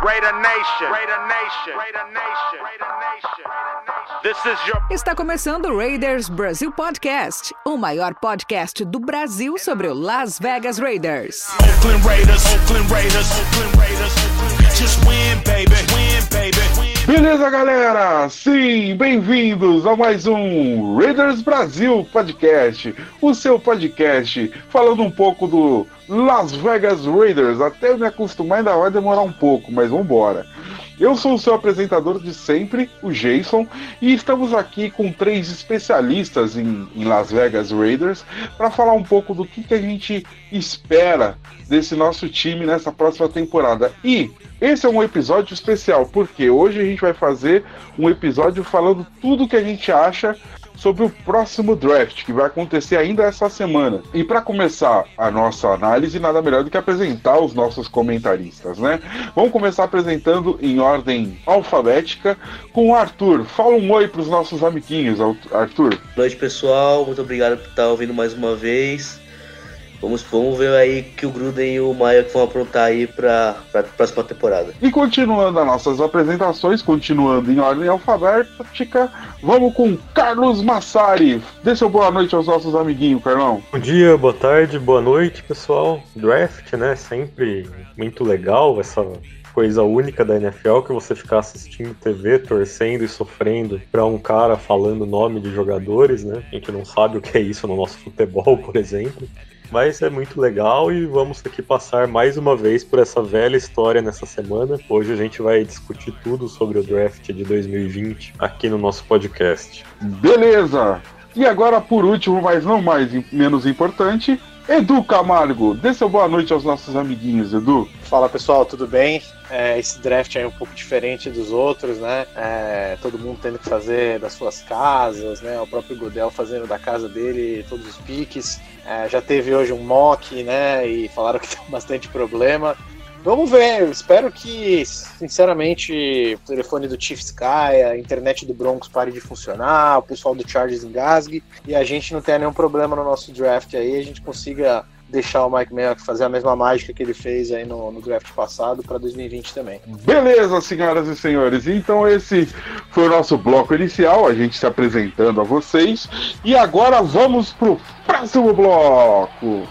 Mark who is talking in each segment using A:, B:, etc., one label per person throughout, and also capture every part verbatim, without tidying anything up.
A: Raider Nation, Raider Nation, Raider Nation, Raider Nation. This is your...
B: Está começando o Raiders Brasil Podcast, o maior podcast do Brasil sobre o Las Vegas Raiders.
A: Oakland Raiders, Oakland Raiders, Oakland Raiders, just win, baby, win, baby.
C: Beleza, galera? Sim, bem-vindos a mais um Raiders Brasil Podcast, o seu podcast falando um pouco do Las Vegas Raiders. Até eu me acostumar ainda vai demorar um pouco, mas vambora. Eu sou o seu apresentador de sempre, o Jason, e estamos aqui com três especialistas em, em Las Vegas Raiders para falar um pouco do que, que a gente espera desse nosso time nessa próxima temporada. E esse é um episódio especial, porque hoje a gente vai fazer um episódio falando tudo que a gente acha sobre o próximo draft, que vai acontecer ainda essa semana. E para começar a nossa análise, nada melhor do que apresentar os nossos comentaristas, né? Vamos começar apresentando em ordem alfabética com o Arthur. Fala um oi para os nossos amiguinhos, Arthur.
D: Boa noite, pessoal. Muito obrigado por estar ouvindo mais uma vez. Vamos, vamos ver aí que o Gruden e o Maia vão aprontar aí para a próxima temporada.
C: E continuando as nossas apresentações, continuando em ordem alfabética, vamos com Carlos Massari. Dê seu boa noite aos nossos amiguinhos, Carlão.
E: Bom dia, boa tarde, boa noite, pessoal. Draft, né? Sempre muito legal, essa coisa única da N F L, que você ficar assistindo T V, torcendo e sofrendo pra um cara falando o nome de jogadores, né? A gente não sabe o que é isso no nosso futebol, por exemplo. Mas é muito legal e vamos aqui passar mais uma vez por essa velha história nessa semana. Hoje a gente vai discutir tudo sobre o draft de dois mil e vinte aqui no nosso podcast.
C: Beleza! E agora, por último, mas não mais menos importante, Edu Camargo. Dê seu boa noite aos nossos amiguinhos, Edu.
F: Fala, pessoal, tudo bem? É, esse draft aí é um pouco diferente dos outros, né? É, todo mundo tendo que fazer das suas casas, né? O próprio Goodell fazendo da casa dele todos os piques. É, já teve hoje um mock, né? E falaram que tem bastante problema. Vamos ver, eu espero que, sinceramente, o telefone do Chiefs caia, a internet do Broncos pare de funcionar, o pessoal do Chargers engasgue e a gente não tenha nenhum problema no nosso draft aí, a gente consiga deixar o Mike Mayock fazer a mesma mágica que ele fez aí no, no draft passado para dois mil e vinte também.
C: Beleza, senhoras e senhores, então esse foi o nosso bloco inicial, a gente se apresentando a vocês, e agora vamos pro próximo bloco.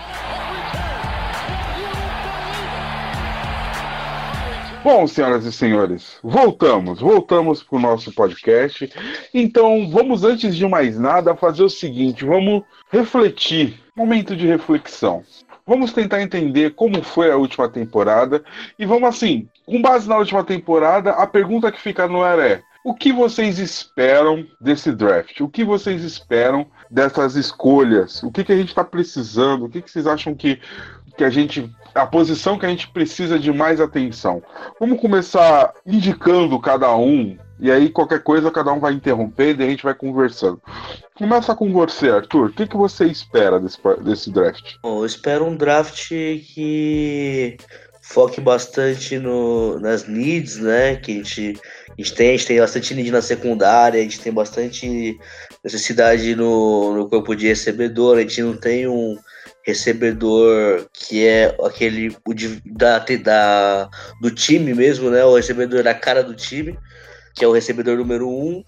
C: Bom, senhoras e senhores, voltamos, voltamos para o nosso podcast. Então, vamos, antes de mais nada, fazer o seguinte, vamos refletir, momento de reflexão. Vamos tentar entender como foi a última temporada e vamos, assim, com base na última temporada, a pergunta que fica no ar é: o que vocês esperam desse draft? O que vocês esperam dessas escolhas? O que, que a gente está precisando? O que, que vocês acham que, que a gente... a posição que a gente precisa de mais atenção? Vamos começar indicando cada um, e aí qualquer coisa cada um vai interrompendo e a gente vai conversando. Começa com você, Arthur. O que, que você espera desse, desse draft?
D: Bom, eu espero um draft que foque bastante no, nas needs, né? Que a gente, a gente tem, a gente tem bastante need na secundária, a gente tem bastante necessidade no, no corpo de recebedor, a gente não tem um recebedor que é aquele o de, da, da, do time mesmo, né? O recebedor da cara do time, que é o recebedor número um,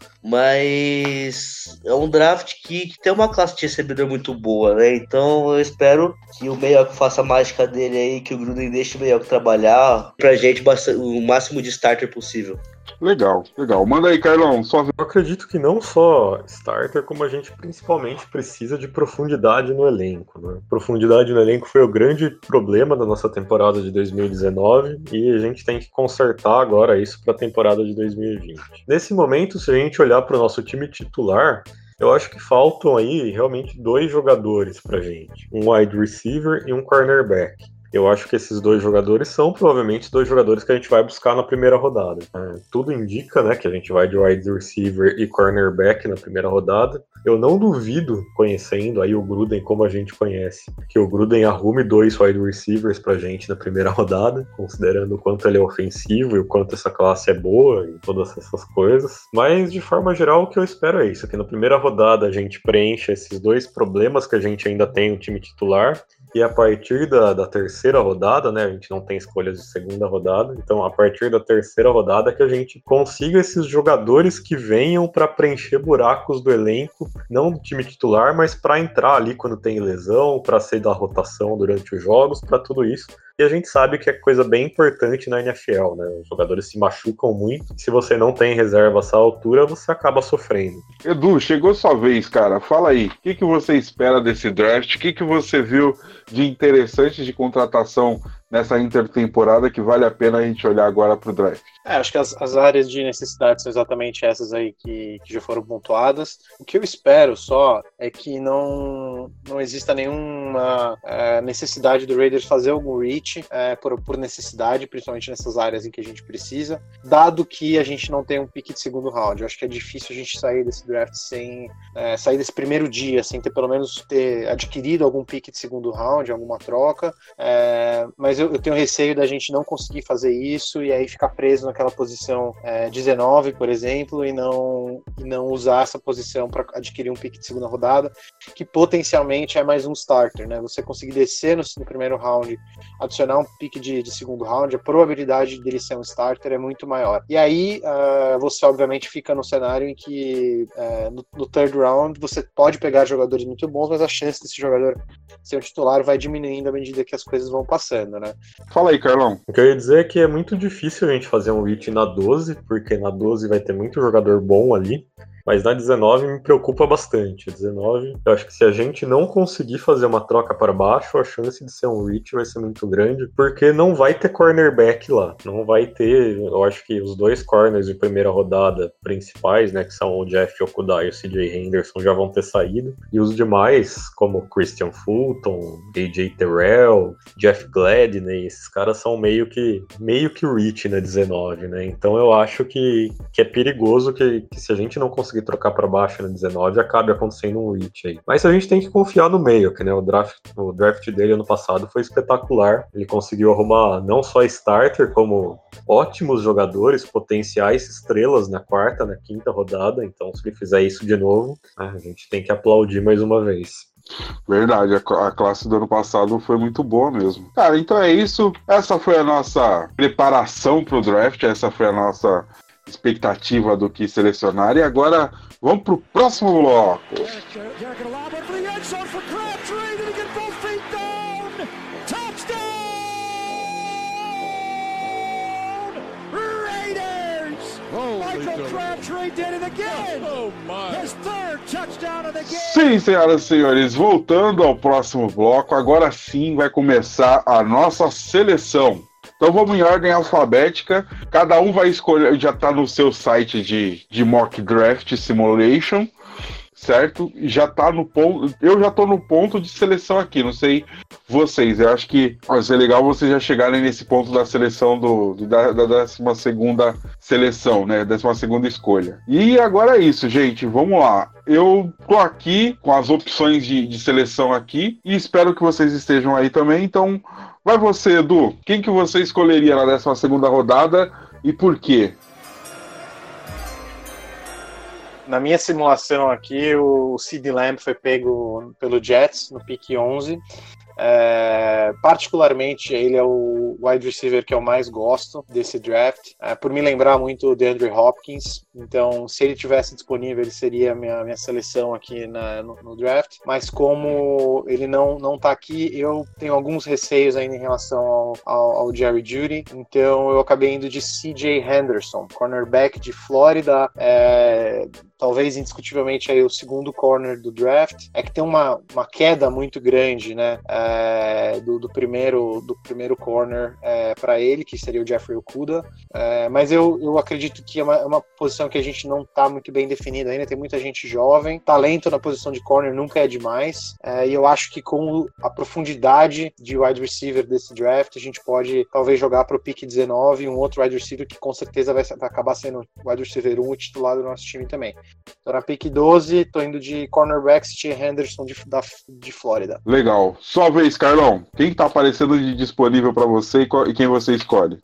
D: mas é um draft que, que tem uma classe de recebedor muito boa, né? Então eu espero que o Mayock faça a mágica dele aí, que o Gruden deixe o Mayock trabalhar pra gente bastante, o máximo de starter possível.
C: Legal, legal. Manda aí, Carlão. Só...
E: Eu acredito que não só starter, como a gente principalmente precisa de profundidade no elenco, né? Profundidade no elenco foi o grande problema da nossa temporada de dois mil e dezenove e a gente tem que consertar agora isso para a temporada de dois mil e vinte. Nesse momento, se a gente olhar para o nosso time titular, eu acho que faltam aí realmente dois jogadores pra gente. Um wide receiver e um cornerback. Eu acho que esses dois jogadores são provavelmente dois jogadores que a gente vai buscar na primeira rodada. É, tudo indica, né, que a gente vai de wide receiver e cornerback na primeira rodada. Eu não duvido, conhecendo aí o Gruden como a gente conhece, que o Gruden arrume dois wide receivers pra gente na primeira rodada, considerando o quanto ele é ofensivo e o quanto essa classe é boa e todas essas coisas. Mas, de forma geral, o que eu espero é isso, que na primeira rodada a gente preencha esses dois problemas que a gente ainda tem no time titular e a partir da, da terceira rodada, né, a gente não tem escolhas de segunda rodada, então a partir da terceira rodada que a gente consiga esses jogadores que venham para preencher buracos do elenco, não do time titular, mas para entrar ali quando tem lesão, para ser da rotação durante os jogos, para tudo isso. E a gente sabe que é coisa bem importante na N F L, né? Os jogadores se machucam muito. Se você não tem reserva a essa altura, você acaba sofrendo.
C: Edu, chegou sua vez, cara. Fala aí, o que, que você espera desse draft? O que, que você viu de interessante de contratação nessa intertemporada que vale a pena a gente olhar agora pro draft?
F: É, acho que as, as áreas de necessidade são exatamente essas aí que, que já foram pontuadas. O que eu espero só é que não, não exista nenhuma é, necessidade do Raiders fazer algum reach é, por, por necessidade, principalmente nessas áreas em que a gente precisa, dado que a gente não tem um pick de segundo round. Eu acho que é difícil a gente sair desse draft sem é, sair desse primeiro dia, sem ter pelo menos ter adquirido algum pick de segundo round, alguma troca, é, mas eu, eu tenho receio da gente não conseguir fazer isso e aí ficar preso naquela posição é, dezenove, por exemplo, e não, e não usar essa posição para adquirir um pick de segunda rodada, que potencialmente é mais um starter, né? Você conseguir descer no, no primeiro round, adicionar um pick de, de segundo round, a probabilidade dele ser um starter é muito maior. E aí uh, você obviamente fica no cenário em que uh, no, no third round você pode pegar jogadores muito bons, mas a chance desse jogador ser um titular vai diminuindo à medida que as coisas vão passando, né?
C: Fala aí, Carlão.
E: O que eu ia dizer é que é muito difícil a gente fazer um reach na doze, porque na doze vai ter muito jogador bom ali, mas na dezenove me preocupa bastante. dezenove, eu acho que se a gente não conseguir fazer uma troca para baixo, a chance de ser um reach vai ser muito grande, porque não vai ter cornerback lá, não vai ter, eu acho que os dois corners de primeira rodada principais, né, que são o Jeff Okudah e o C J Henderson, já vão ter saído, e os demais, como Christian Fulton, A J Terrell, Jeff Gladney, esses caras são meio que meio que reach na dezenove, né, então eu acho que, que é perigoso que, que se a gente não conseguir trocar para baixo na dezenove, acabe acontecendo um reach aí. Mas a gente tem que confiar no meio, que né, o draft, o draft dele ano passado foi espetacular. Ele conseguiu arrumar não só starter, como ótimos jogadores, potenciais estrelas na quarta, na quinta rodada. Então, se ele fizer isso de novo, a gente tem que aplaudir mais uma vez.
C: Verdade, a classe do ano passado foi muito boa mesmo. Cara, então é isso. Essa foi a nossa preparação pro draft, essa foi a nossa expectativa do que selecionar. E agora vamos pro próximo bloco. Sim, senhoras e senhores, voltando ao próximo bloco, agora sim vai começar a nossa seleção. Então vamos em ordem alfabética, cada um vai escolher, já está no seu site de, de Mock Draft Simulation, certo? Já tá no ponto, eu já estou no ponto de seleção aqui, não sei vocês, eu acho que vai ser legal vocês já chegarem nesse ponto da seleção do, do da, da décima segunda seleção, né, décima segunda escolha. E agora é isso, gente, vamos lá. Eu tô aqui com as opções de, de seleção aqui e espero que vocês estejam aí também, então vai você, Edu, quem que você escolheria na décima segunda rodada e por quê?
F: Na minha simulação aqui, o CeeDee Lamb foi pego pelo Jets no pick onze. É, particularmente, ele é o wide receiver que eu mais gosto desse draft, é, por me lembrar muito o DeAndre Hopkins. Então, se ele tivesse disponível, ele seria a minha, minha seleção aqui na, no, no draft. Mas como ele não, não tá aqui, eu tenho alguns receios ainda em relação ao, ao, ao Jerry Jeudy. Então, eu acabei indo de C J Henderson, cornerback de Flórida. É, talvez indiscutivelmente aí o segundo corner do draft. É que tem uma, uma queda muito grande, né, é, do, do, primeiro, do primeiro corner é, para ele, que seria o Jeffrey Okudah. É, mas eu, eu acredito que é uma, é uma posição que a gente não está muito bem definida ainda, tem muita gente jovem. Talento na posição de corner nunca é demais. É, e eu acho que com a profundidade de wide receiver desse draft, a gente pode talvez jogar para o pick dezenove um outro wide receiver que com certeza vai, vai acabar sendo o wide receiver um e titular do nosso time também. Então, na pick doze, tô indo de cornerback C J Henderson de, da, de Flórida.
C: Legal. Sua vez, Carlão. Quem tá aparecendo de disponível para você e, qual, e quem você escolhe?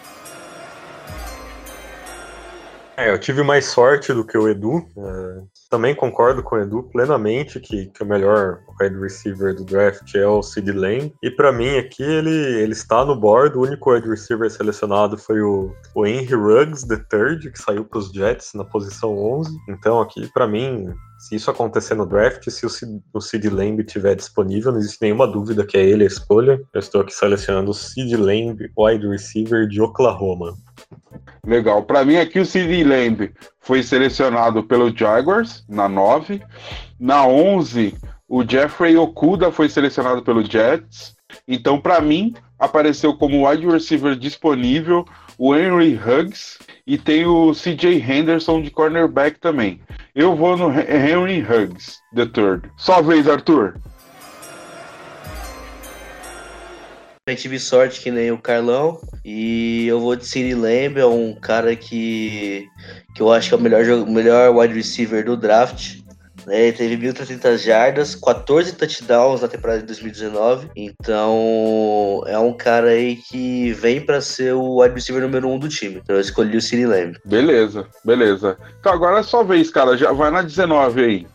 E: É, eu tive mais sorte do que o Edu. também concordo com o Edu plenamente que, que o melhor wide receiver do draft é o CeeDee Lamb. E pra mim aqui ele, ele está no board. O único wide receiver selecionado foi o, o Henry Ruggs the third, que saiu pros Jets na posição onze. Então aqui pra mim, se isso acontecer no draft, se o, C, o CeeDee Lamb estiver disponível, não existe nenhuma dúvida que é ele a escolha. Eu estou aqui selecionando o CeeDee Lamb, wide receiver de Oklahoma.
C: Legal. Para mim aqui o CeeDee Lamb foi selecionado pelo Jaguars na nove. Na onze, o Jeffrey Okudah foi selecionado pelo Jets. Então, para mim, apareceu como wide receiver disponível o Henry Ruggs e tem o C J Henderson de cornerback também. Eu vou no Henry Ruggs, the third. Só vez, Arthur.
D: Eu tive sorte que nem o Carlão e eu vou de CeeDee Lamb, é um cara que, que eu acho que é o melhor, melhor wide receiver do draft. Né? Ele teve mil e trezentas jardas, quatorze touchdowns na temporada de dois mil e dezenove, então é um cara aí que vem para ser o wide receiver número um do time. Então eu escolhi o CeeDee Lamb.
C: Beleza, beleza. Então agora é só vez, cara, já vai na dezenove aí.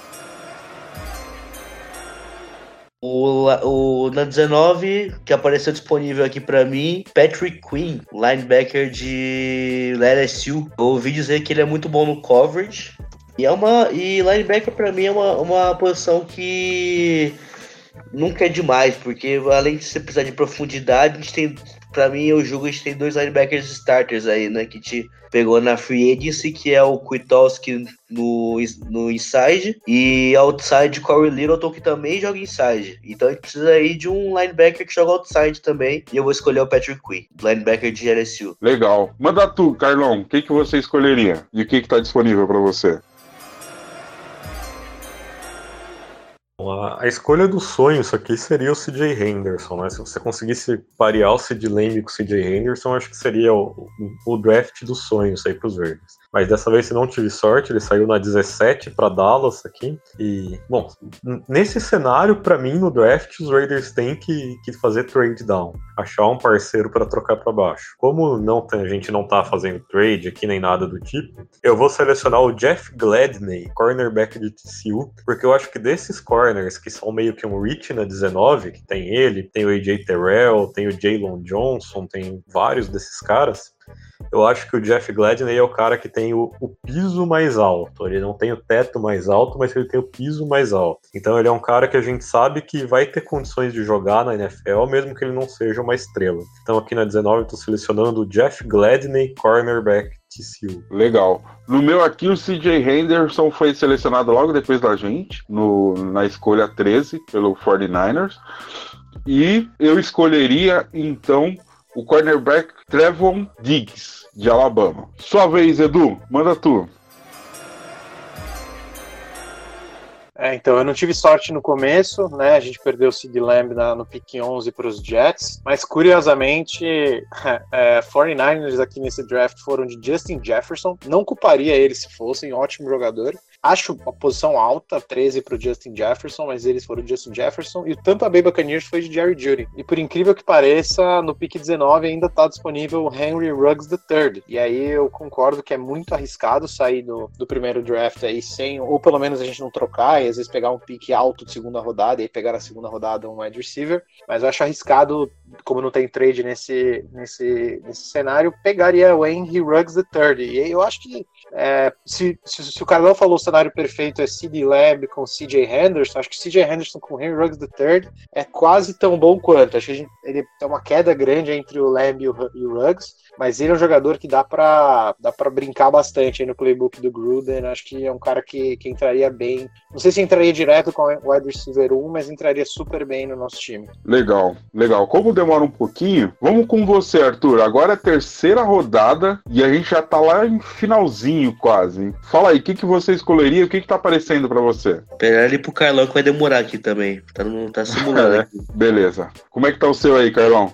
D: O, o, na dezenove, que apareceu disponível aqui pra mim, Patrick Queen, linebacker de L S U. Eu ouvi dizer que ele é muito bom no coverage. E, é uma, e linebacker pra mim é uma, uma posição que nunca é demais, porque além de você precisar de profundidade, a gente tem, pra mim, eu julgo que a gente tem dois linebackers starters aí, né? Que te pegou na free agency, que é o Kwiatkowski no, no inside, e outside Corey Littleton, que também joga inside. Então a gente precisa aí de um linebacker que joga outside também, e eu vou escolher o Patrick Queen, linebacker de L S U.
C: Legal. Manda tu, Carlão, o que, que você escolheria? E o que está disponível para você?
E: A escolha dos sonhos aqui seria o C J Henderson, né? Se você conseguisse parear o CeeDee Lamb com o C J Henderson, acho que seria o, o draft dos sonhos aí pros Verdes. Mas dessa vez, se não tive sorte, ele saiu na dezessete para Dallas aqui. E, bom, nesse cenário, para mim, no draft, os Raiders têm que, que fazer trade down. Achar um parceiro para trocar para baixo. Como não tem, a gente não tá fazendo trade aqui, nem nada do tipo, eu vou selecionar o Jeff Gladney, cornerback de T C U, porque eu acho que desses corners, que são meio que um reach na dezenove, que tem ele, tem o A J Terrell, tem o Jalen Johnson, tem vários desses caras, eu acho que o Jeff Gladney é o cara que tem o, o piso mais alto. Ele não tem o teto mais alto, mas ele tem o piso mais alto. Então ele é um cara que a gente sabe que vai ter condições de jogar na N F L, mesmo que ele não seja uma estrela. Então aqui na dezenove eu estou selecionando o Jeff Gladney, cornerback T C U.
C: Legal. No meu aqui, o C J Henderson foi selecionado logo depois da gente, no, na escolha treze, pelo forty-niners. E eu escolheria, então, o cornerback Trevon Diggs, de Alabama. Sua vez, Edu, manda tu.
F: É, então, eu não tive sorte no começo, né? A gente perdeu o CeeDee Lamb na, no pick onze para os Jets, mas curiosamente, é, forty-niners aqui nesse draft foram de Justin Jefferson. Não culparia ele se fossem, ótimo jogador. Acho uma posição alta, treze para o Justin Jefferson, mas eles foram Justin Jefferson. E o Tampa Bay Buccaneers foi de Jerry Jeudy. E por incrível que pareça, no pick dezenove ainda está disponível o Henry Ruggs the third. E aí eu concordo que é muito arriscado sair do, do primeiro draft aí sem, ou pelo menos a gente não trocar, e às vezes pegar um pick alto de segunda rodada e aí pegar na segunda rodada um wide receiver. Mas eu acho arriscado, como não tem trade nesse, nesse, nesse cenário, pegaria o Henry Ruggs the third. E aí eu acho que é, se, se, se o Carlão falou o cenário perfeito é CeeDee Lamb com C J Henderson, acho que C J Henderson com Henry Ruggs the third é quase tão bom quanto. Acho que a gente, ele tem uma queda grande entre o Lamb e o, e o Ruggs, mas ele é um jogador que dá pra, dá pra brincar bastante aí no playbook do Gruden. Acho que é um cara que, que entraria bem, não sei se entraria direto com o wide receiver um, mas entraria super bem no nosso time.
C: Legal, legal. Como demora um pouquinho, vamos com você, Arthur. Agora é a terceira rodada e a gente já tá lá em finalzinho quase. Fala aí, o que, que você escolheria? O que, que tá aparecendo pra você?
D: Pegar ele pro Carlão que vai demorar aqui também. Tá, no, tá simulando aqui.
C: Beleza. Como é que tá o seu aí, Carlão?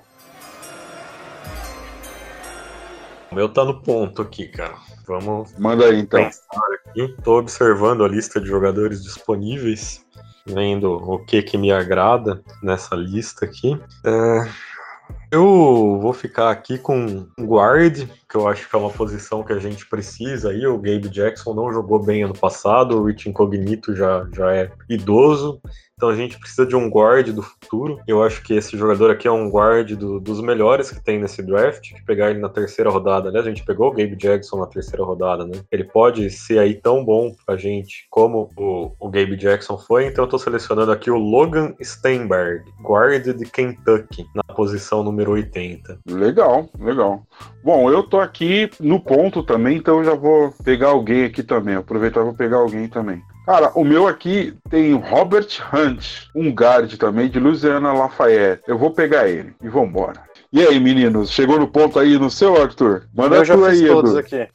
E: O meu tá no ponto aqui, cara. Vamos.
C: Manda aí, então.
E: Pensar aqui. Tô observando a lista de jogadores disponíveis, vendo o que que me agrada nessa lista aqui. É... Eu vou ficar aqui com guard, que eu acho que é uma posição que a gente precisa aí. O Gabe Jackson não jogou bem ano passado, o Rich Incognito já, já é idoso. Então a gente precisa de um guard do futuro. Eu acho que esse jogador aqui é um guard do, dos melhores que tem nesse draft. Que pegar ele na terceira rodada. Aliás, a gente pegou o Gabe Jackson na terceira rodada, né? Ele pode ser aí tão bom pra gente como o, o Gabe Jackson foi. Então eu tô selecionando aqui o Logan Steinberg, guard de Kentucky, na posição número oitenta.
C: Legal, legal. Bom, eu tô aqui no ponto também, então eu já vou pegar alguém aqui também. Aproveitar e vou pegar alguém também. Cara, o meu aqui tem Robert Hunt, um guard também de Louisiana Lafayette. Eu vou pegar ele e vambora. E aí, meninos, chegou no ponto aí no seu, Arthur? Manda
F: eu já
C: tu
F: fiz
C: aí,
F: todos
C: Edu.
F: aqui.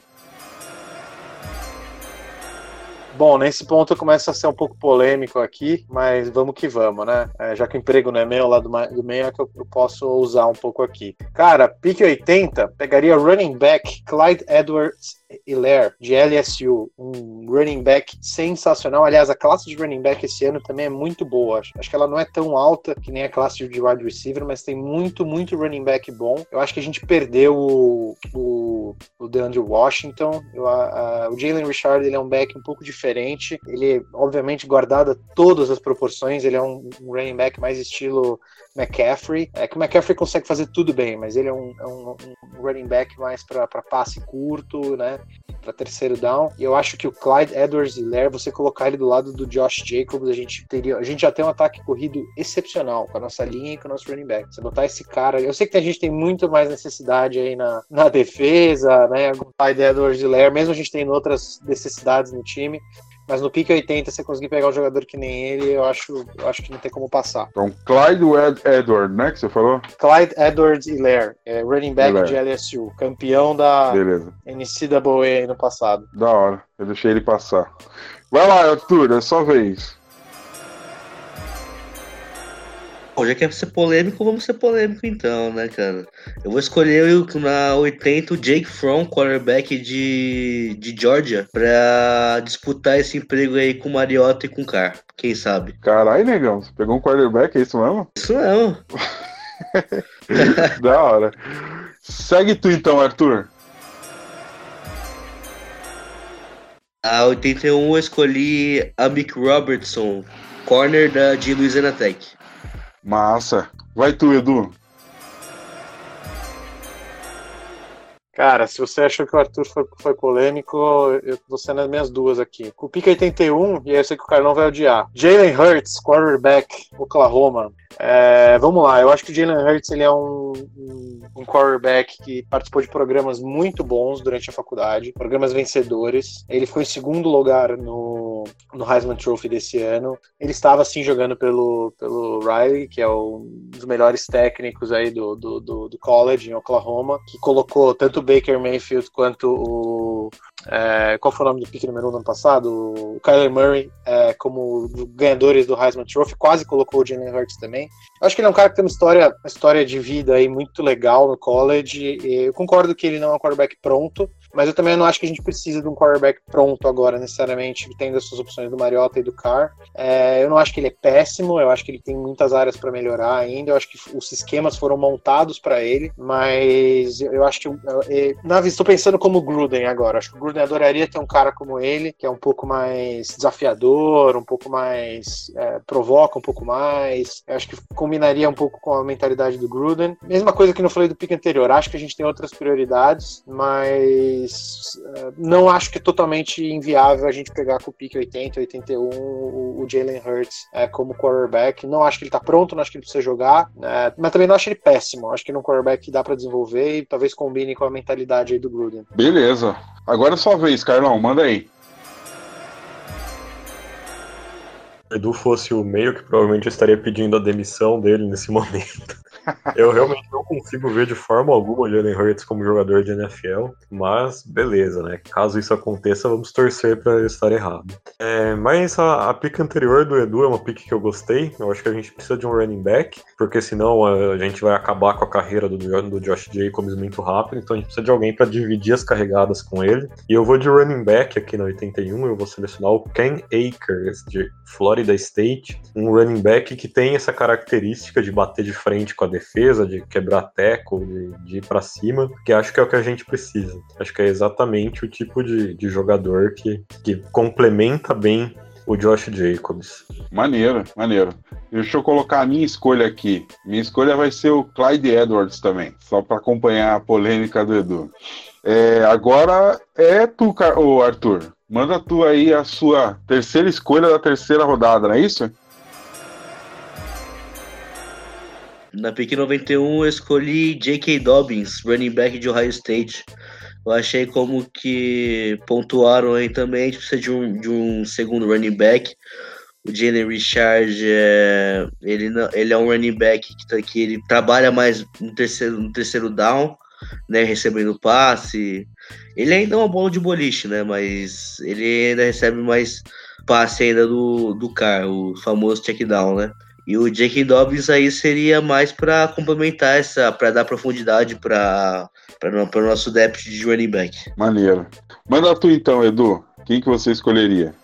F: Bom, nesse ponto começa a ser um pouco polêmico aqui, mas vamos que vamos, né? É, já que o emprego não é meu, lá do, do meio é que eu, eu posso usar um pouco aqui. Cara, pique oitenta, pegaria running back Clyde Edwards-Helaire, de L S U. Um running back sensacional. Aliás, a classe de running back esse ano também é muito boa. Acho, acho que ela não é tão alta que nem a classe de wide receiver, mas tem muito, muito running back bom. Eu acho que a gente perdeu o, o, o DeAndre Washington. Eu, a, a, o Jalen Richard, ele é um back um pouco diferente. Ele, obviamente, guardado todas as proporções, ele é um, um running back mais estilo McCaffrey. É que o McCaffrey consegue fazer tudo bem, mas ele é um, é um, um running back mais para passe curto, né? Para terceiro down. E eu acho que o Clyde Edwards-Helaire, você colocar ele do lado do Josh Jacobs, a gente teria, a gente já tem um ataque corrido excepcional com a nossa linha e com o nosso running back. Você botar esse cara, eu sei que a gente tem muito mais necessidade aí na, na defesa, né? O Clyde Edwards-Helaire, mesmo a gente tendo outras necessidades no time. Mas no pique oitenta, você conseguir pegar um jogador que nem ele, eu acho, eu acho que não tem como passar.
C: Então, Clyde Ed- Edward, né, que você falou?
F: Clyde Edwards-Helaire, é, running back
C: Helaire.
F: de L S U, campeão da
C: Beleza,
F: N C A A aí no passado.
C: da hora. Eu deixei ele passar. Vai lá, Arthur, é sua vez.
D: Bom, já que é ser polêmico, vamos ser polêmico então, né, cara? Eu vou escolher o- na oitenta o Jake Fromm, quarterback de, de Georgia, pra disputar esse emprego aí com o Mariota e com o Carr. Quem sabe?
C: Caralho, negão, você pegou um quarterback, é isso mesmo?
D: Isso não.
C: Da hora. Segue tu então, Arthur.
D: A oitenta e um eu escolhi a Mick Robertson, corner da, de Louisiana Tech.
C: Massa. Vai tu, Edu.
F: Cara, se você achou que o Arthur foi, foi polêmico, eu vou ser nas minhas duas aqui. Com o pique oitenta e um, e aí eu sei que o Carlão vai odiar. Jalen Hurts, quarterback, Oklahoma. É, vamos lá, eu acho que o Jalen Hurts ele é um, um, um quarterback que participou de programas muito bons durante a faculdade, programas vencedores. Ele ficou em segundo lugar no, no Heisman Trophy desse ano. Ele estava, sim, jogando pelo, pelo Riley, que é um dos melhores técnicos aí do, do, do, do college em Oklahoma, que colocou tanto o Baker Mayfield quanto o... É, qual foi o nome do pick número um do ano passado? O Kyler Murray é, como ganhadores do Heisman Trophy, quase colocou o Jalen Hurts também. Eu acho que ele é um cara que tem uma história, uma história de vida aí muito legal no college. Eu concordo que ele não é um quarterback pronto, mas eu também não acho que a gente precisa de um quarterback pronto agora, necessariamente, tendo essas opções do Mariota e do Carr. É, eu não acho que ele é péssimo, eu acho que ele tem muitas áreas para melhorar ainda, eu acho que os esquemas foram montados para ele, mas eu acho que eu, eu, na estou pensando como o Gruden agora. Acho que o Gruden adoraria ter um cara como ele, que é um pouco mais desafiador, um pouco mais é, provoca um pouco mais. Eu acho que combinaria um pouco com a mentalidade do Gruden. Mesma coisa que eu falei do pick anterior. Acho que a gente tem outras prioridades, mas uh, não acho que é totalmente inviável a gente pegar com o pick oitenta, oitenta e um o, o Jalen Hurts é, como quarterback. Não acho que ele tá pronto, não acho que ele precisa jogar, é, mas também não acho ele péssimo. Acho que ele é um quarterback que dá pra desenvolver e talvez combine com a mentalidade aí do Gruden.
C: Beleza. Agora é sua vez, Carlão, manda aí.
E: Se o Edu fosse o meio, que provavelmente eu estaria pedindo a demissão dele nesse momento. Eu realmente não consigo ver de forma alguma o Jalen Hurts como jogador de N F L, mas beleza, né? Caso isso aconteça, vamos torcer para eu estar errado. É, mas a, a pick anterior do Edu é uma pick que eu gostei. Eu acho que a gente precisa de um running back, porque senão a, a gente vai acabar com a carreira do, do Josh Jacobs muito rápido, então a gente precisa de alguém para dividir as carregadas com ele. E eu vou de running back aqui na oitenta e um, eu vou selecionar o Cam Akers, de Florida State, um running back que tem essa característica de bater de frente com a defesa, de quebrar teco, de, de ir pra cima, que acho que é o que a gente precisa. Acho que é exatamente o tipo de, de jogador que, que complementa bem o Josh Jacobs.
C: Maneiro, maneiro. Deixa eu colocar a minha escolha aqui. Minha escolha vai ser o Clyde Edwards também, só para acompanhar a polêmica do Edu. É, agora é tu, ô Arthur. Manda tu aí a sua terceira escolha da terceira rodada, não é isso?
D: Na pick noventa e um eu escolhi J K. Dobbins, running back de Ohio State. Eu achei como que pontuaram aí também, a gente precisa de um, de um segundo running back. O Jalen Richard, é, ele, não, ele é um running back que, tá, que ele trabalha mais no terceiro, no terceiro down, né, recebendo passe. Ele ainda é uma bola de boliche, né, mas ele ainda recebe mais passe ainda do, do cara, o famoso check down, né. E o J K. Dobbins aí seria mais para complementar essa, para dar profundidade para o nosso depth de running back.
C: Maneiro. Manda tu então, Edu. Quem que você escolheria?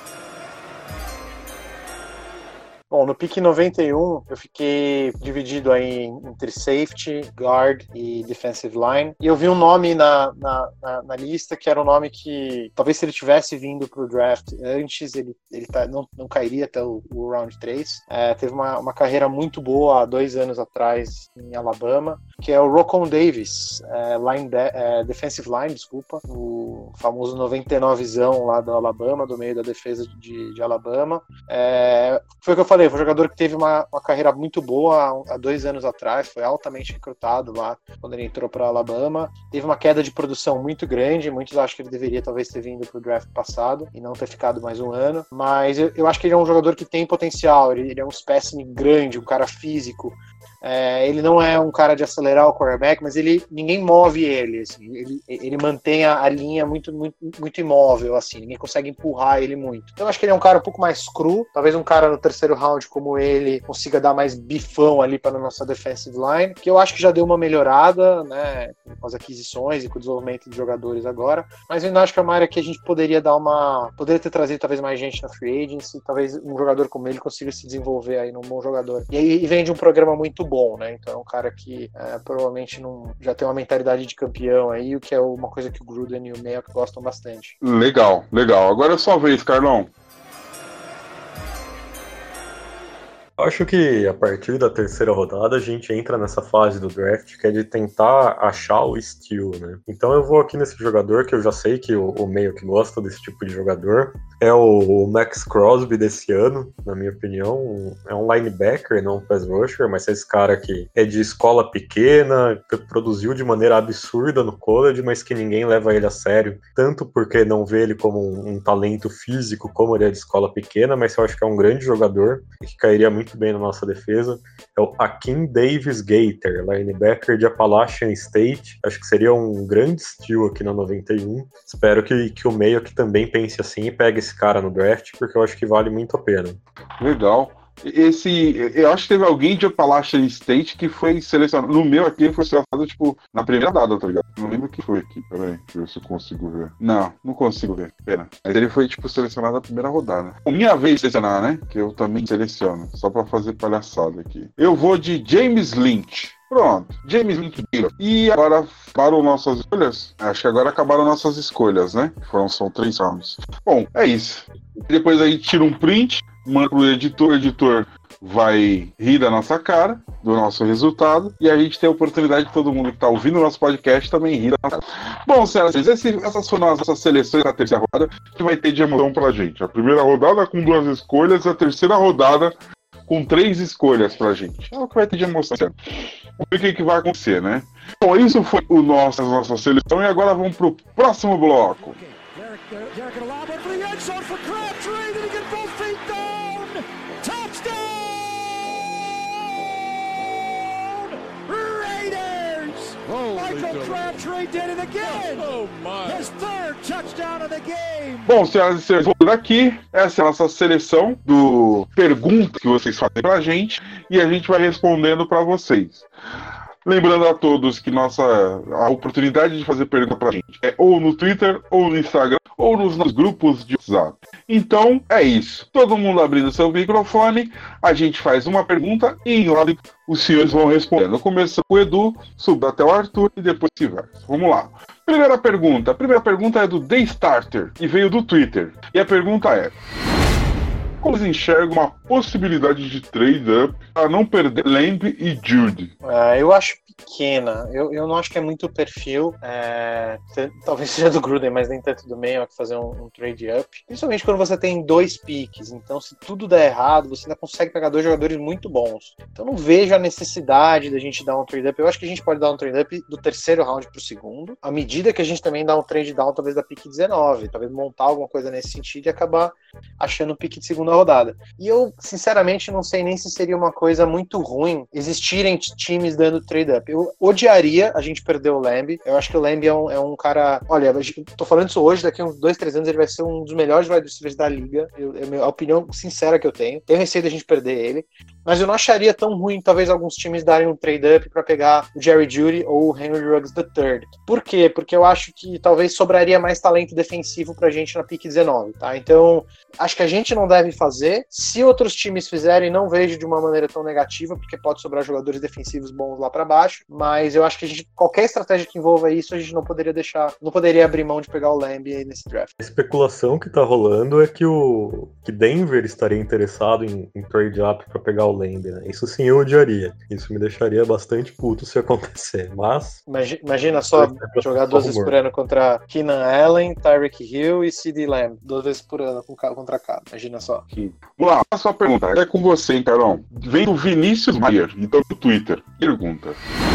F: Bom, no pick noventa e um, eu fiquei dividido aí entre safety, guard e defensive line. E eu vi um nome na, na, na, na lista que era um nome que, talvez se ele tivesse vindo pro draft antes, ele, ele tá, não, não cairia até o, o round três. É, teve uma, uma carreira muito boa há dois anos atrás em Alabama, que é o Rocon Davis, é, line de, é, defensive line, desculpa, o famoso noventa e novezão lá do Alabama, do meio da defesa de, de Alabama. É, foi o que eu falei, foi um jogador que teve uma, uma carreira muito boa há, há dois anos atrás, foi altamente recrutado lá quando ele entrou para Alabama. Teve uma queda de produção muito grande, muitos acham que ele deveria talvez ter vindo para o draft passado e não ter ficado mais um ano, mas eu, eu acho que ele é um jogador que tem potencial, ele, ele é um espécime grande, um cara físico. É, ele não é um cara de acelerar o quarterback, mas ele, ninguém move ele, assim, ele, ele mantém a, a linha muito, muito, muito imóvel, assim, ninguém consegue empurrar ele muito. Então eu acho que ele é um cara um pouco mais cru, talvez um cara no terceiro round como ele consiga dar mais bifão ali para a nossa defensive line, que eu acho que já deu uma melhorada, né, com as aquisições e com o desenvolvimento de jogadores agora, mas eu ainda acho que é uma área que a gente poderia dar uma, poderia ter trazido talvez mais gente na free agency, talvez um jogador como ele consiga se desenvolver aí num bom jogador. E aí vem de um programa muito bom, né? Então é um cara que é, provavelmente não, já tem uma mentalidade de campeão aí, o que é uma coisa que o Gruden e o Mayock gostam bastante.
C: Legal, legal. Agora é sua vez, Carlão.
E: Acho que a partir da terceira rodada a gente entra nessa fase do draft que é de tentar achar o steal, né? Então eu vou aqui nesse jogador que eu já sei que o, o meio que gosta desse tipo de jogador. É o, o Max Crosby desse ano, na minha opinião. É um linebacker, não um pass rusher, mas é esse cara que é de escola pequena, que produziu de maneira absurda no college, mas que ninguém leva ele a sério. Tanto porque não vê ele como um, um talento físico, como ele é de escola pequena, mas eu acho que é um grande jogador e que cairia muito bem na nossa defesa. É o Akeem Davis Gaither, linebacker de Appalachian State. Acho que seria um grande steal aqui na noventa e um. Espero que, que o Mayock também pense assim e pegue esse cara no draft, porque eu acho que vale muito a pena.
C: Legal. Esse, eu acho que teve alguém de Appalachian State que foi selecionado. No meu aqui, ele foi selecionado, tipo, na primeira data, tá ligado? Não lembro quem foi aqui. Peraí, deixa eu ver se eu consigo ver. Não, não consigo ver. Pena. Mas ele foi, tipo, selecionado na primeira rodada. Minha vez de selecionar, né? Que eu também seleciono. Só pra fazer palhaçada aqui. Eu vou de James Lynch. Pronto, James Lynch. E agora acabaram nossas escolhas? Acho que agora acabaram nossas escolhas, né? Foram, são três rounds. Bom, é isso. Depois aí tira um print, manda pro editor, o editor vai rir da nossa cara, do nosso resultado, e a gente tem a oportunidade de todo mundo que está ouvindo o nosso podcast também rir da nossa cara. Bom, senhoras e senhores, essas foram as nossas seleções da terceira rodada, que vai ter de emoção pra gente. A primeira rodada com duas escolhas, a terceira rodada com três escolhas pra gente. É o que vai ter de emoção. Vamos ver o que, que vai acontecer, né? Bom, isso foi o nosso, a nossa seleção, e agora vamos pro próximo bloco. Michael Crabtree did it again. Oh my. His third touchdown of the game. Bom, senhoras e senhores, vou daqui. Essa é a nossa seleção do perguntas que vocês fazem pra gente e a gente vai respondendo pra vocês. Lembrando a todos que nossa a oportunidade de fazer pergunta pra gente é ou no Twitter, ou no Instagram, ou nos nossos grupos de WhatsApp. Então, é isso. Todo mundo abrindo seu microfone, a gente faz uma pergunta e em ordem os senhores vão respondendo. Começando com o Edu, subindo até o Arthur e depois vice-versa. Vamos lá. Primeira pergunta. A primeira pergunta é do The Starter e veio do Twitter. E a pergunta é: como vocês enxergam uma possibilidade de trade-up para não perder Lamb e Judy?
F: Uh, eu acho pequena. Eu, eu não acho que é muito perfil. É, talvez seja do Gruden, mas nem tanto do Mayock fazer um, um trade-up. Principalmente quando você tem dois piques. Então, se tudo der errado, você ainda consegue pegar dois jogadores muito bons. Então, não vejo a necessidade da gente dar um trade-up. Eu acho que a gente pode dar um trade-up do terceiro round para o segundo, à medida que a gente também dá um trade-down, talvez da pique dezenove. Talvez montar alguma coisa nesse sentido e acabar achando o pique de segunda rodada. E eu, sinceramente, não sei nem se seria uma coisa muito ruim existirem times dando trade-up. Eu odiaria a gente perder o Lamb. Eu acho que o Lamb é um, é um cara... Olha, eu tô falando isso hoje, daqui a uns dois, três anos ele vai ser um dos melhores wide receivers da liga. Eu, é a opinião sincera que eu tenho. Tenho receio da gente perder ele. Mas eu não acharia tão ruim, talvez, alguns times darem um trade-up para pegar o Jerry Jeudy ou o Henry Ruggs terceiro. Por quê? Porque eu acho que talvez sobraria mais talento defensivo pra gente na pick dezenove, tá? Então, acho que a gente não deve fazer. Se outros times fizerem, não vejo de uma maneira tão negativa, porque pode sobrar jogadores defensivos bons lá pra baixo. Mas eu acho que a gente, qualquer estratégia que envolva isso, a gente não poderia deixar, não poderia abrir mão de pegar o Lamb aí nesse draft.
E: A especulação que tá rolando é que o que Denver estaria interessado em, em trade-up pra pegar o Lamb, né? Isso sim eu odiaria. Isso me deixaria bastante puto se acontecer, mas...
F: Imagina, imagina só jogar duas vezes por ano contra Keenan Allen, Tyreek Hill e C D Lamb. Duas vezes por ano contra cada. Imagina só.
C: Vamos lá, a sua pergunta. É com você, hein, Carol. Vem do Vinícius Maier, então do Twitter. Pergunta: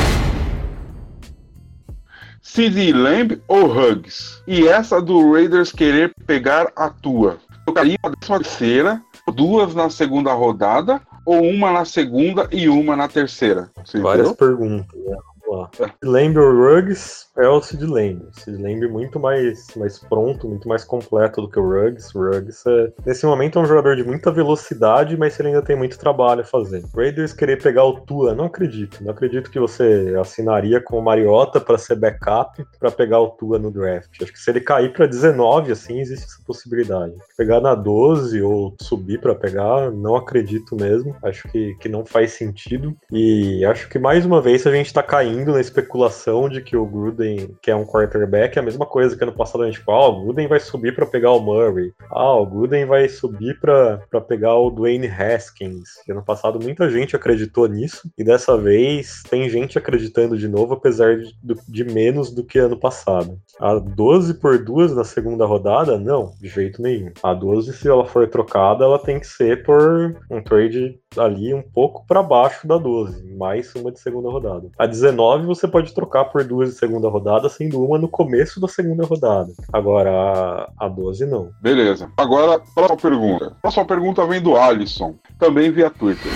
C: C D Lamb ou Ruggs? E essa do Raiders querer pegar a tua? Tocaria a décima terceira, duas na segunda rodada, ou uma na segunda e uma na terceira? Você
E: Várias
C: entendeu?
E: perguntas, né? Vamos lá. Lamb ou Ruggs é o Sid Lamb. Sid Lamb muito mais, mais pronto, muito mais completo do que o Ruggs. O Ruggs, é, nesse momento, é um jogador de muita velocidade, mas ele ainda tem muito trabalho a fazer. Raiders querer pegar o Tua, não acredito. Não acredito que você assinaria com o Mariota para ser backup para pegar o Tua no draft. Acho que se ele cair para dezenove, assim, existe essa possibilidade. Pegar na doze ou subir para pegar, não acredito mesmo. Acho que, que não faz sentido. E acho que, mais uma vez, a gente tá caindo na especulação de que o Gruden, que é um quarterback, é a mesma coisa que ano passado a gente falou: ah, o Gruden vai subir para pegar o Murray, ah, o Gruden vai subir para pegar o Dwayne Haskins. E ano passado muita gente acreditou nisso, e dessa vez tem gente acreditando de novo, apesar de, de menos do que ano passado. A doze por duas na segunda rodada? Não, de jeito nenhum. A doze, se ela for trocada, ela tem que ser por um trade ali um pouco para baixo da doze, mais uma de segunda rodada. A dezenove você pode trocar por duas de segunda rodada, sendo uma no começo da segunda rodada. Agora, a, a doze não.
C: Beleza. Agora, próxima pergunta. A próxima pergunta vem do Alisson, também via Twitter.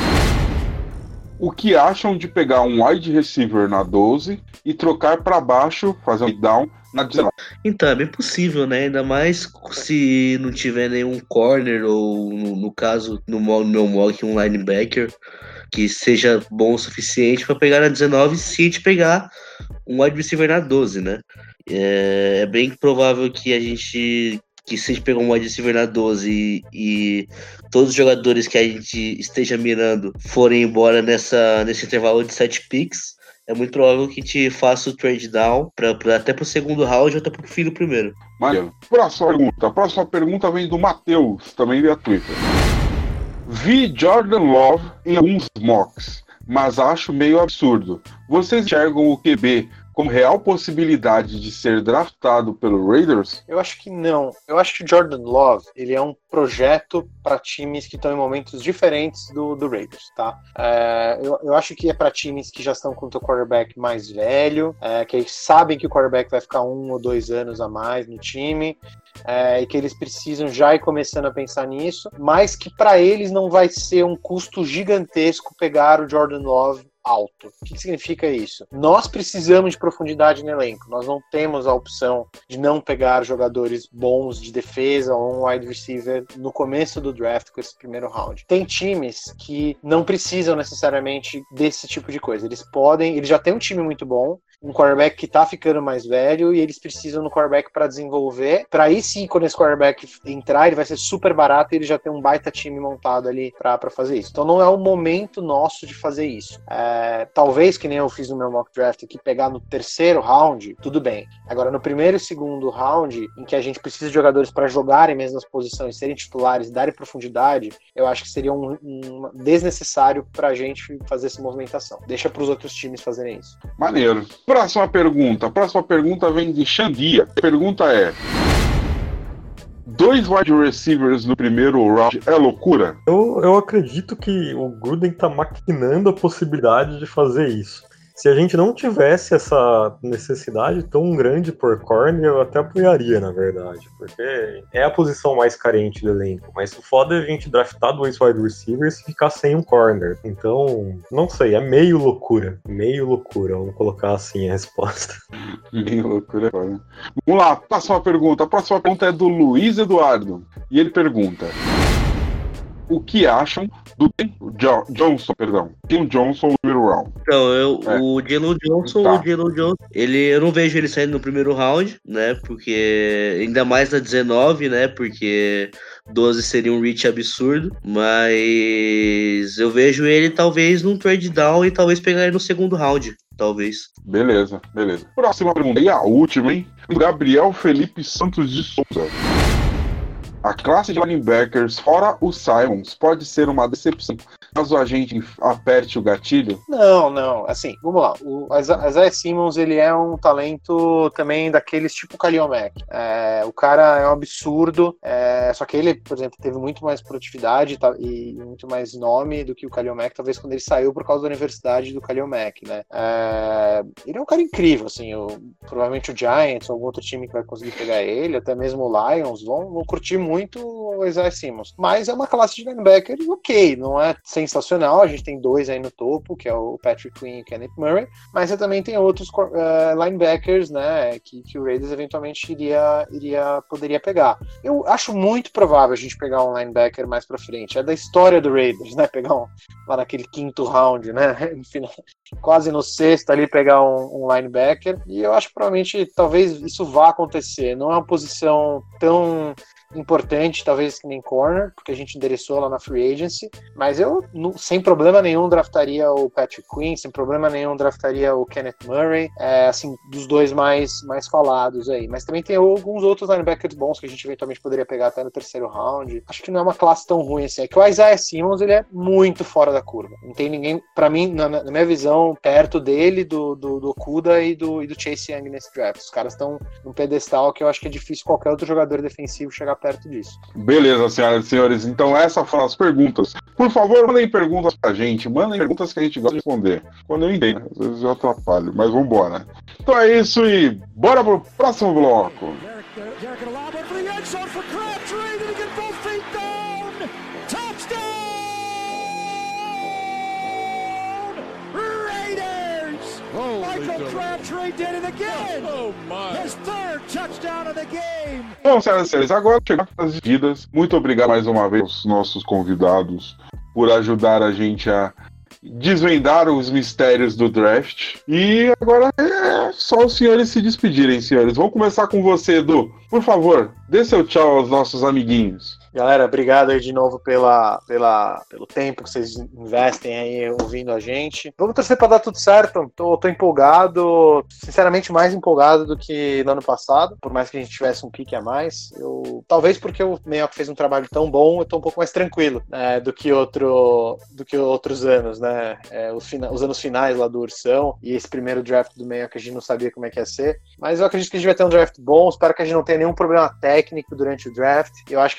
C: O que acham de pegar um wide receiver na doze e trocar para baixo, fazer um down na dezenove?
D: Então, é bem possível, né? Ainda mais se não tiver nenhum corner ou, no, no caso, no, no meu mock, um linebacker que seja bom o suficiente para pegar na dezenove, se a gente pegar um wide receiver na doze, né? É, é bem provável que a gente... que se a gente pegar um wide receiver na doze e, e todos os jogadores que a gente esteja mirando forem embora nessa, nesse intervalo de sete picks, é muito provável que a gente faça o trade down pra, pra, até pro segundo round ou até pro fim do primeiro.
C: Maneiro. Próxima pergunta. A próxima pergunta vem do Matheus, também via Twitter. Vi Jordan Love em alguns mocks, mas acho meio absurdo. Vocês enxergam o Q B como real possibilidade de ser draftado pelo Raiders?
F: Eu acho que não. Eu acho que o Jordan Love, ele é um projeto para times que estão em momentos diferentes do, do Raiders, tá? É, eu, eu acho que é para times que já estão com o seu quarterback mais velho, é, que sabem que o quarterback vai ficar um ou dois anos a mais no time, é, e que eles precisam já ir começando a pensar nisso, mas que para eles não vai ser um custo gigantesco pegar o Jordan Love alto. O que, que significa isso? Nós precisamos de profundidade no elenco. Nós não temos a opção de não pegar jogadores bons de defesa ou um wide receiver no começo do draft com esse primeiro round. Tem times que não precisam necessariamente desse tipo de coisa. Eles podem, eles já têm um time muito bom, um quarterback que tá ficando mais velho e eles precisam no quarterback para desenvolver, para aí sim, quando esse quarterback entrar, ele vai ser super barato e ele já tem um baita time montado ali para fazer isso. Então não é o momento nosso de fazer isso. É, talvez, que nem eu fiz no meu mock draft aqui, pegar no terceiro round, tudo bem. Agora, no primeiro e segundo round, em que a gente precisa de jogadores para jogarem mesmo nas posições, serem titulares, darem profundidade, eu acho que seria um, um desnecessário pra gente fazer essa movimentação. Deixa pros outros times fazerem isso.
C: Maneiro. Próxima pergunta. Próxima pergunta vem de Xandia. A pergunta é: dois wide receivers no primeiro round é loucura?
E: Eu, eu acredito que o Gruden tá maquinando a possibilidade de fazer isso. Se a gente não tivesse essa necessidade tão grande por corner, eu até apoiaria, na verdade, porque é a posição mais carente do elenco. Mas o foda é a gente draftar dois wide receivers e ficar sem um corner. Então, não sei, é meio loucura. Meio loucura, vamos colocar assim a resposta.
C: Meio loucura. Vamos lá, próxima pergunta. A próxima pergunta é do Luiz Eduardo. E ele pergunta: o que acham do jo- Johnson, perdão, Tim Johnson no primeiro round?
D: Então, eu,
C: É.
D: o Jalen Johnson,
C: Tá.
D: o Jalen Johnson, ele, eu não vejo ele saindo no primeiro round, né, porque, ainda mais na dezenove, né, porque doze seria um reach absurdo, mas eu vejo ele talvez num trade down e talvez pegar ele no segundo round, talvez.
C: Beleza, beleza. Próxima pergunta, e a última, hein? Gabriel Felipe Santos de Souza. A classe de linebackers, fora o Simons, pode ser uma decepção caso a gente aperte o gatilho?
F: Não, não. Assim, vamos lá. O Isaiah Simmons, ele é um talento também daqueles tipo Khalil Mack. É, o cara é um absurdo, é, só que ele, por exemplo, teve muito mais produtividade tá, e muito mais nome do que o Khalil Mack, talvez quando ele saiu por causa da universidade do Khalil Mack, né? É, ele é um cara incrível, assim. O, provavelmente o Giants, ou algum outro time que vai conseguir pegar ele, até mesmo o Lions, vão, vão curtir muito o Isaiah Simmons. Mas é uma classe de linebackers ok, não é sensacional. A gente tem dois aí no topo, que é o Patrick Queen e o Kenneth Murray, mas você também tem outros uh, linebackers, né, que, que o Raiders eventualmente iria, iria, poderia pegar. Eu acho muito provável a gente pegar um linebacker mais pra frente. É da história do Raiders, né, pegar um, lá naquele quinto round, né, no final, quase no sexto ali, pegar um, um linebacker, e eu acho que provavelmente, talvez isso vá acontecer. Não é uma posição tão importante, talvez que nem corner, porque a gente endereçou lá na Free Agency, mas eu, sem problema nenhum, draftaria o Patrick Queen, sem problema nenhum, draftaria o Kenneth Murray, é, assim, dos dois mais, mais falados aí. Mas também tem alguns outros linebackers bons que a gente eventualmente poderia pegar até no terceiro round. Acho que não é uma classe tão ruim assim. É que o Isaiah Simmons, ele é muito fora da curva. Não tem ninguém, pra mim, na, na minha visão, perto dele, do, do, do Okudah e do, e do Chase Young nesse draft. Os caras estão num pedestal que eu acho que é difícil qualquer outro jogador defensivo chegar perto disso.
C: Beleza, senhoras e senhores. Então essas foram as perguntas. Por favor, mandem perguntas pra gente. Mandem perguntas que a gente gosta de responder. Quando eu entendo, às vezes eu atrapalho, mas vambora. Então é isso e bora pro próximo bloco.
G: Michael Crabtree did it again! Oh, my. His third touchdown of the game!
C: Bom, senhoras e senhores, agora chegamos às despedidas. Muito obrigado mais uma vez aos nossos convidados por ajudar a gente a desvendar os mistérios do draft. E agora é só os senhores se despedirem, senhores. Vamos começar com você, Edu. Por favor, dê seu tchau aos nossos amiguinhos.
F: Galera, obrigado aí de novo pela, pela, pelo tempo que vocês investem aí ouvindo a gente. Vamos torcer para dar tudo certo. Tô, tô empolgado, sinceramente mais empolgado do que no ano passado, por mais que a gente tivesse um pique a mais. Eu, talvez porque o Mayock fez um trabalho tão bom, eu tô um pouco mais tranquilo, né, do que outro, do que outros anos, né? É, os, fina, os anos finais lá do Ursão e esse primeiro draft do Mayock que a gente não sabia como é que ia ser. Mas eu acredito que a gente vai ter um draft bom. Espero que a gente não tenha nenhum problema técnico durante o draft. Eu acho que a gente vai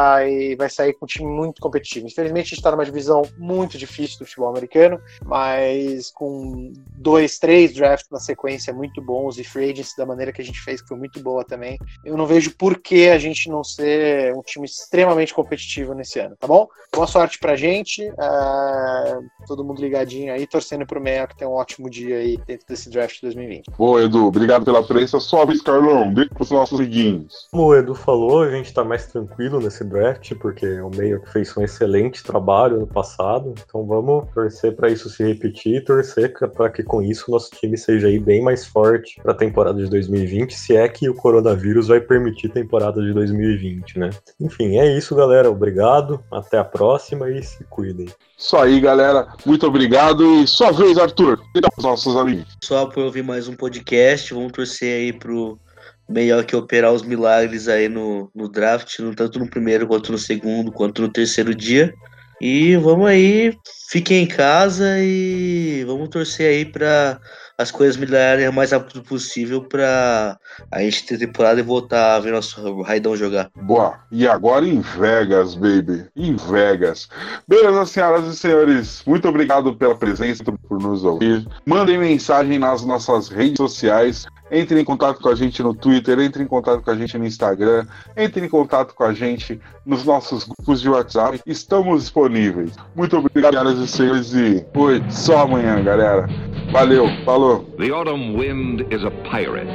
F: vai, vai sair com um time muito competitivo. Infelizmente, a gente está numa divisão muito difícil do futebol americano, mas com dois, três drafts na sequência muito bons e free agency da maneira que a gente fez, que foi muito boa também, eu não vejo por que a gente não ser um time extremamente competitivo nesse ano, tá bom? Boa sorte pra gente, uh, todo mundo ligadinho aí, torcendo pro Meia, que tem um ótimo dia aí dentro desse draft de dois mil e vinte.
C: Boa, Edu, obrigado pela presença. Sobe, Carlão, deixa pros nossos seguintes.
E: Como o Edu falou, a gente tá mais tranquilo nesse draft, porque o Meia que fez um excelente trabalho no passado, então vamos torcer pra isso se repetir e torcer pra que com isso o nosso time seja aí bem mais forte pra temporada de dois mil e vinte, se é que o coronavírus vai permitir temporada de dois mil e vinte, né? Enfim, é isso, galera. Obrigado, até a próxima e se cuidem.
C: Isso aí, galera. Muito obrigado e sua vez, Arthur. Fica pros nossos amigos.
D: Só por ouvir mais um podcast, vamos torcer aí pro Melhor que operar os milagres aí no, no draft, no, tanto no primeiro, quanto no segundo, quanto no terceiro dia. E vamos aí, fiquem em casa e vamos torcer aí para as coisas melhorarem o mais rápido possível para a gente ter temporada e voltar a ver nosso Raidão jogar.
C: Boa. E agora em Vegas, baby. Em Vegas. Beleza, senhoras e senhores. Muito obrigado pela presença, por nos ouvir. Mandem mensagem nas nossas redes sociais. Entre em contato com a gente no Twitter, entre em contato com a gente no Instagram, entre em contato com a gente nos nossos grupos de WhatsApp. Estamos disponíveis. Muito obrigado, senhoras e senhores, e foi só amanhã, galera. Valeu, falou.
H: The autumn wind is a pirate,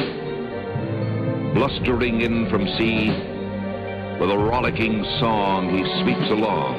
H: blustering in from sea, with a rollicking song he sweeps along,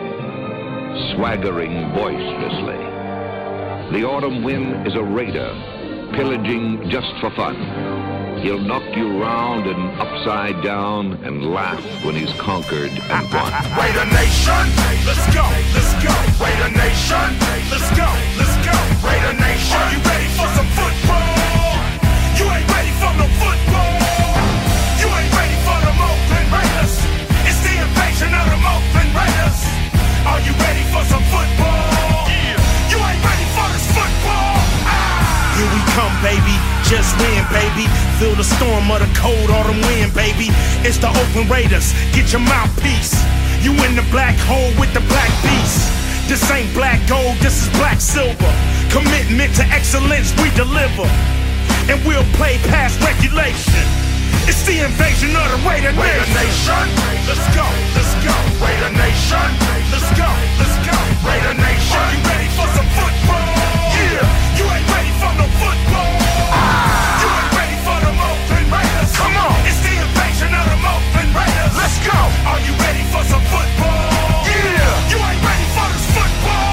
H: swaggering boisterously. The autumn wind is a raider, pillaging just for fun. He'll knock you round and upside down and laugh when he's conquered and won.
A: Raider Nation, let's go, let's go. Raider Nation, let's go, let's go. Raider Nation, are you ready for some football? You ain't ready for no football. You ain't ready for the Oakland Raiders. It's the invasion of the Oakland Raiders. Are you ready for some football? Yeah. You ain't ready for this football. Ah. Here we come, baby. Just win, baby. Feel the storm of the cold autumn wind, baby. It's the Oakland Raiders. Get your mouthpiece. You in the black hole with the black beast. This ain't black gold, this is black silver. Commitment to excellence, we deliver. And we'll play past regulation. It's the invasion of the Raider Nation. Raider Nation, let's go, let's go. Raider Nation, let's go, let's go. Raider Nation, are you ready for some football? Yeah, you ain't ready for no football. Ah. You ain't ready for the Oakland Raiders. Come on, it's the invasion of the Oakland Raiders. Let's go. Are you ready for some football? Yeah, you ain't ready for this football.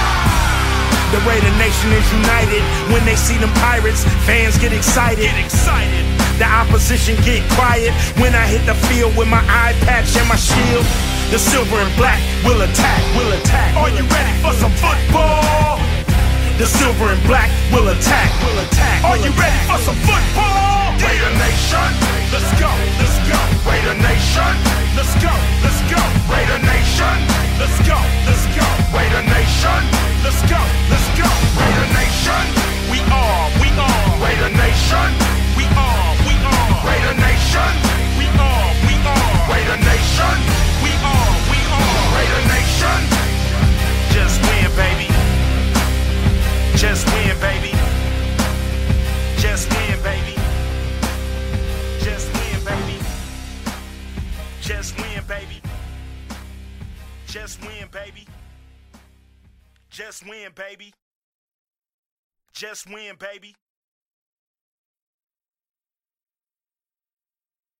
A: Ah. The Raider Nation is united. When they see them Pirates, fans get excited. Get excited. The opposition get quiet when I hit the field with my eye patch and my shield. The silver and black will attack, will attack. Are you ready for some football? The silver and black will attack, will attack. Are you ready for some football? Raider Nation, let's go, let's go. Raider Nation, let's go, let's go. Raider Nation, let's go, let's go. Raider Nation, let's go, let's go. Raider Nation, we are, we are. Raider Nation, we are, we are. Raider Nation, we are, we are. Raider Nation, we are, we are. Raider Nation, just win, baby. Just win, baby. Just win, baby. Just win, baby. Just win, baby. Just win, baby. Just win, baby. Just win, baby.